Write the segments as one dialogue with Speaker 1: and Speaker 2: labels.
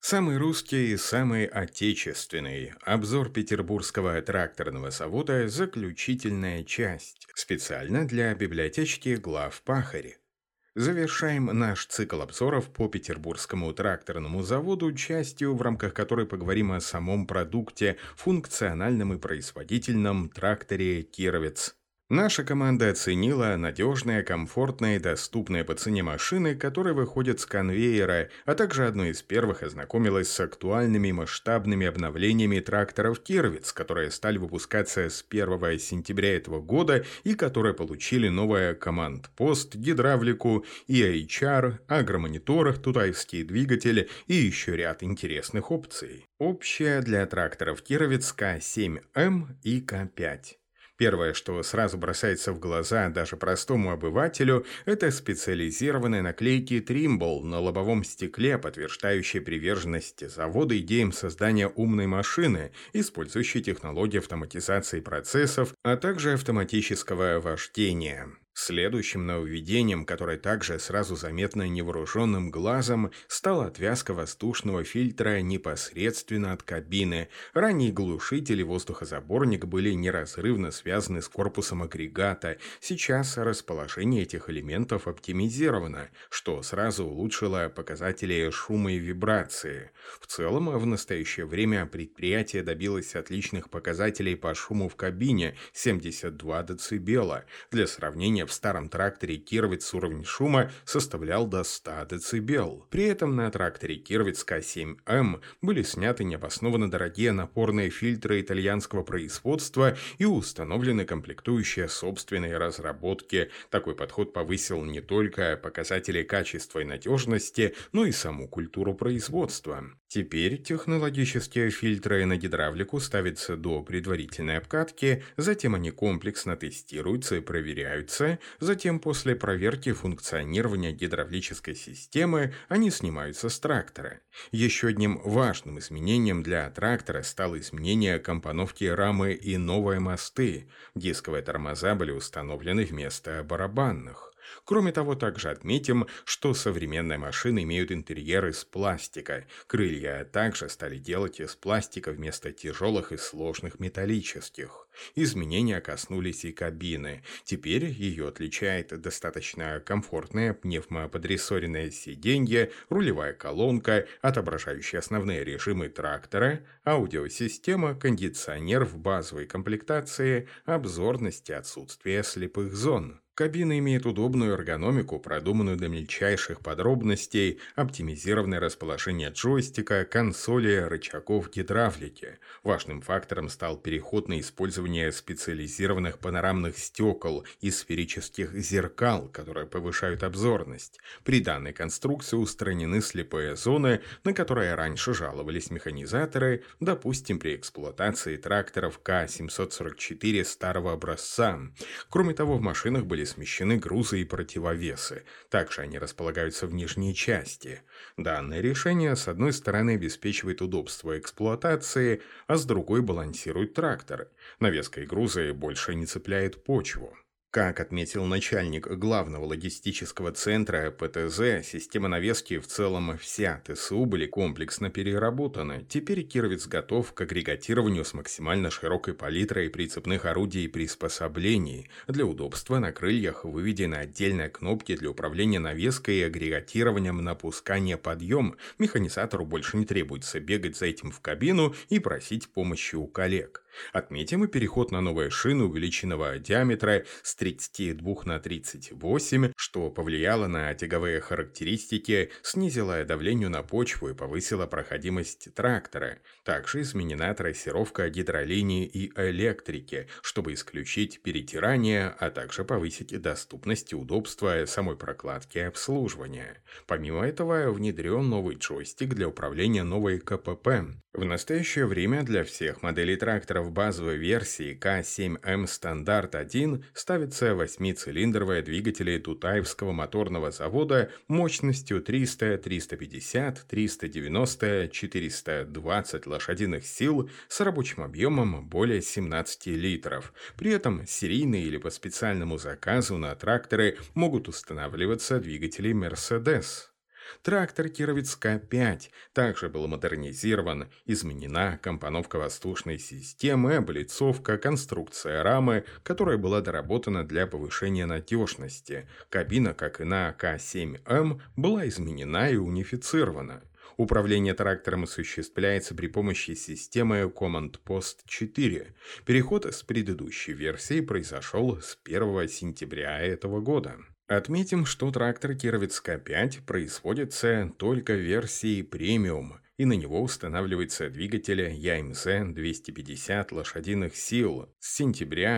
Speaker 1: Самый русский и самый отечественный. Обзор Петербургского тракторного завода «Заключительная часть». Специально для библиотечки глав Пахари. Завершаем наш цикл обзоров по Петербургскому тракторному заводу частью, в рамках которой поговорим о самом продукте, функциональном и производительном тракторе «Кировец». Наша команда оценила надежные, комфортные и доступные по цене машины, которые выходят с конвейера, а также одной из первых ознакомилась с актуальными масштабными обновлениями тракторов «Кировец», которые стали выпускаться с 1 сентября этого года и которые получили новое команд-пост, гидравлику, EHR, агромонитор, тутаевский двигатель и еще ряд интересных опций. Общая для тракторов «Кировец» К7М и К5. Первое, что сразу бросается в глаза даже простому обывателю, это специализированные наклейки Trimble на лобовом стекле, подтверждающие приверженность завода идеям создания умной машины, использующей технологии автоматизации процессов, а также автоматического вождения. Следующим нововведением, которое также сразу заметно невооруженным глазом, стала отвязка воздушного фильтра непосредственно от кабины. Ранее глушитель и воздухозаборник были неразрывно связаны с корпусом агрегата. Сейчас расположение этих элементов оптимизировано, что сразу улучшило показатели шума и вибрации. В целом, в настоящее время предприятие добилось отличных показателей по шуму в кабине – 72 дБ. Для сравнения, в старом тракторе «Кировец» уровень шума составлял до 100 дБ. При этом на тракторе «Кировец» К7М были сняты необоснованно дорогие напорные фильтры итальянского производства и установлены комплектующие собственной разработки. Такой подход повысил не только показатели качества и надежности, но и саму культуру производства. Теперь технологические фильтры на гидравлику ставятся до предварительной обкатки, затем они комплексно тестируются и проверяются, затем после проверки функционирования гидравлической системы они снимаются с трактора. Еще одним важным изменением для трактора стало изменение компоновки рамы и новые мосты. Дисковые тормоза были установлены вместо барабанных. Кроме того, также отметим, что современные машины имеют интерьер из пластика. Крылья также стали делать из пластика вместо тяжелых и сложных металлических. Изменения коснулись и кабины. Теперь ее отличает достаточно комфортное пневмоподрессоренное сиденье, рулевая колонка, отображающая основные режимы трактора, аудиосистема, кондиционер в базовой комплектации, обзорность и отсутствие слепых зон. Кабина имеет удобную эргономику, продуманную до мельчайших подробностей, оптимизированное расположение джойстика, консоли, рычагов гидравлики. Важным фактором стал переход на использование специализированных панорамных стекол и сферических зеркал, которые повышают обзорность. При данной конструкции устранены слепые зоны, на которые раньше жаловались механизаторы, допустим, при эксплуатации тракторов К744 старого образца. Кроме того, в машинах были смещены грузы и противовесы. Также они располагаются в нижней части. Данное решение, с одной стороны, обеспечивает удобство эксплуатации, а с другой балансирует трактор. Навеска и грузы больше не цепляет почву. Как отметил начальник главного логистического центра ПТЗ, система навески в целом вся ТСУ были комплексно переработаны. Теперь Кировец готов к агрегатированию с максимально широкой палитрой прицепных орудий и приспособлений. Для удобства на крыльях выведены отдельные кнопки для управления навеской и агрегатированием на пускание-подъем. Механизатору больше не требуется бегать за этим в кабину и просить помощи у коллег. Отметим и переход на новые шины увеличенного диаметра с 32 на 38, что повлияло на тяговые характеристики, снизило давление на почву и повысило проходимость трактора. Также изменена трассировка гидролинии и электрики, чтобы исключить перетирание, а также повысить доступность и удобство самой прокладки и обслуживания. Помимо этого, внедрен новый джойстик для управления новой КПП. В настоящее время для всех моделей тракторов базовой версии К7М Стандарт 1 ставятся 8-цилиндровые двигатели Тутаевского моторного завода мощностью 300, 350, 390, 420 лошадиных сил с рабочим объемом более 17 литров. При этом серийно или по специальному заказу на тракторы могут устанавливаться двигатели Mercedes. Трактор Кировец К5 также был модернизирован, изменена компоновка воздушной системы, облицовка, конструкция рамы, которая была доработана для повышения надежности. Кабина, как и на К7М, была изменена и унифицирована. Управление трактором осуществляется при помощи системы Command Post 4. Переход с предыдущей версии произошел с 1 сентября этого года. Отметим, что трактор Кировец К5 производится только в версии премиум, и на него устанавливается двигатель ЯМЗ 250 лошадиных сил. С сентября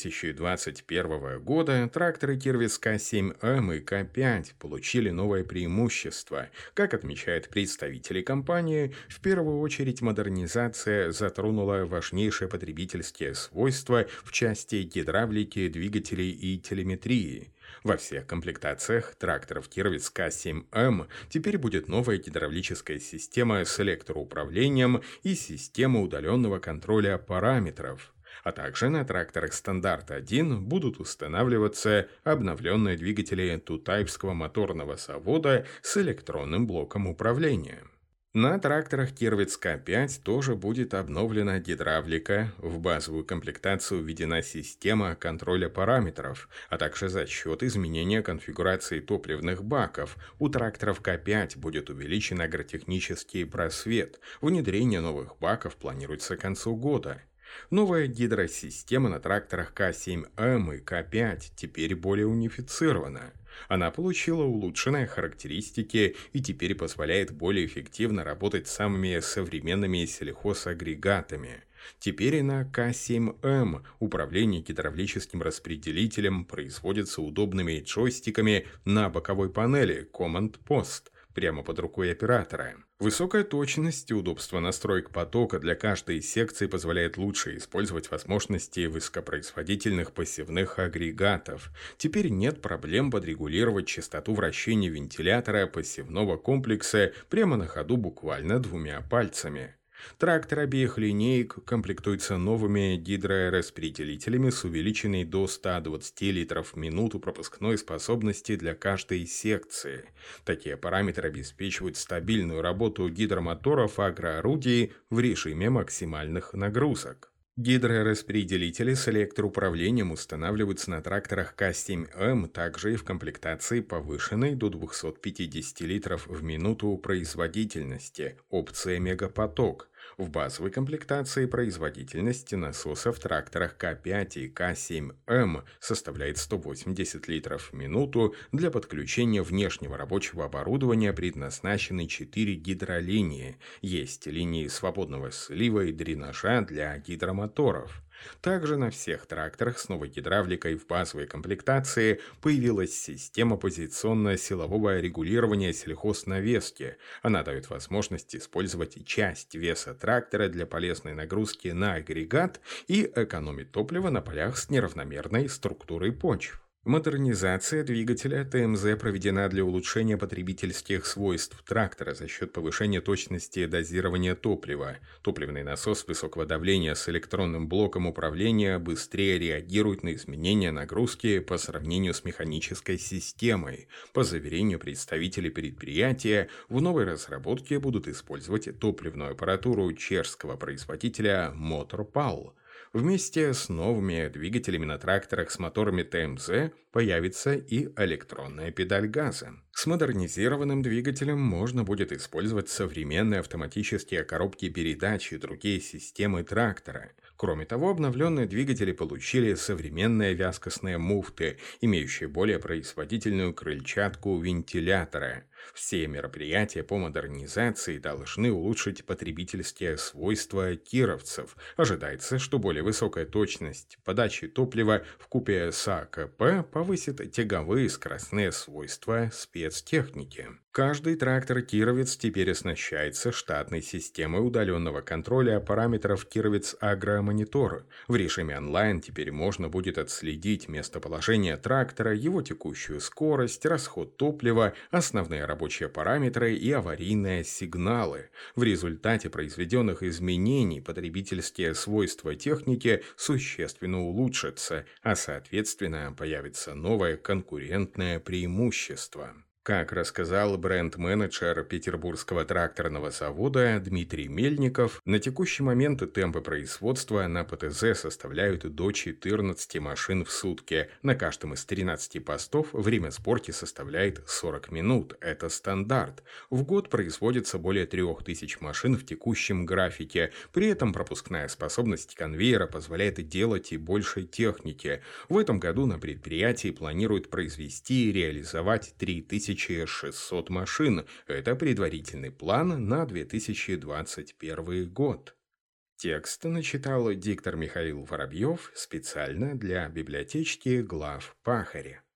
Speaker 1: 2021 года тракторы Кировец К7М и К5 получили новое преимущество. Как отмечают представители компании, в первую очередь модернизация затронула важнейшие потребительские свойства в части гидравлики, двигателей и телеметрии. Во всех комплектациях тракторов Кировец К7М теперь будет новая гидравлическая система с электроуправлением и система удаленного контроля параметров. А также на тракторах «Стандарт-1» будут устанавливаться обновленные двигатели тутайпского моторного завода с электронным блоком управления. На тракторах Кировец К5 тоже будет обновлена гидравлика, в базовую комплектацию введена система контроля параметров, а также за счет изменения конфигурации топливных баков у тракторов К5 будет увеличен агротехнический просвет, внедрение новых баков планируется к концу года. Новая гидросистема на тракторах К7М и К5 теперь более унифицирована. Она получила улучшенные характеристики и теперь позволяет более эффективно работать с самыми современными сельхозагрегатами. Теперь и на К7М управление гидравлическим распределителем производится удобными джойстиками на боковой панели Command Post прямо под рукой оператора. Высокая точность и удобство настроек потока для каждой секции позволяет лучше использовать возможности высокопроизводительных посевных агрегатов. Теперь нет проблем подрегулировать частоту вращения вентилятора посевного комплекса прямо на ходу буквально двумя пальцами. Трактор обеих линеек комплектуется новыми гидрораспределителями с увеличенной до 120 литров в минуту пропускной способности для каждой секции. Такие параметры обеспечивают стабильную работу гидромоторов агроорудий в режиме максимальных нагрузок. Гидрораспределители с электроуправлением устанавливаются на тракторах К7М также и в комплектации повышенной до 250 литров в минуту производительности, опция «Мегапоток». В базовой комплектации производительность насоса в тракторах К5 и К7М составляет 180 литров в минуту. Для подключения внешнего рабочего оборудования предназначены 4 гидролинии. Есть линии свободного слива и дренажа для гидромоторов. Также на всех тракторах с новой гидравликой в базовой комплектации появилась система позиционно-силового регулирования сельхознавески. Она дает возможность использовать часть веса трактора для полезной нагрузки на агрегат и экономит топливо на полях с неравномерной структурой почв. Модернизация двигателя ТМЗ проведена для улучшения потребительских свойств трактора за счет повышения точности дозирования топлива. Топливный насос высокого давления с электронным блоком управления быстрее реагирует на изменения нагрузки по сравнению с механической системой. По заверению представителей предприятия, в новой разработке будут использовать топливную аппаратуру чешского производителя Motorpal. Вместе с новыми двигателями на тракторах с моторами ТМЗ появится и электронная педаль газа. С модернизированным двигателем можно будет использовать современные автоматические коробки передач и другие системы трактора. Кроме того, обновленные двигатели получили современные вязкостные муфты, имеющие более производительную крыльчатку вентилятора. Все мероприятия по модернизации должны улучшить потребительские свойства кировцев. Ожидается, что более высокая точность подачи топлива вкупе с АКП повысит тяговые и скоростные свойства спецтехники. Каждый трактор «Кировец» теперь оснащается штатной системой удаленного контроля параметров «Кировец Агромонитор». В режиме онлайн теперь можно будет отследить местоположение трактора, его текущую скорость, расход топлива, основные рабочие параметры и аварийные сигналы. В результате произведенных изменений потребительские свойства техники существенно улучшатся, а соответственно появится новое конкурентное преимущество. Как рассказал бренд-менеджер Петербургского тракторного завода Дмитрий Мельников, на текущий момент темпы производства на ПТЗ составляют до 14 машин в сутки. На каждом из 13 постов время сборки составляет 40 минут. Это стандарт. В год производится более 3000 машин в текущем графике. При этом пропускная способность конвейера позволяет делать и больше техники. В этом году на предприятии планируют произвести и реализовать 3600 машин. Это предварительный план на 2021 год. Текст начитал диктор Михаил Воробьев специально для библиотечки глав Пахаря.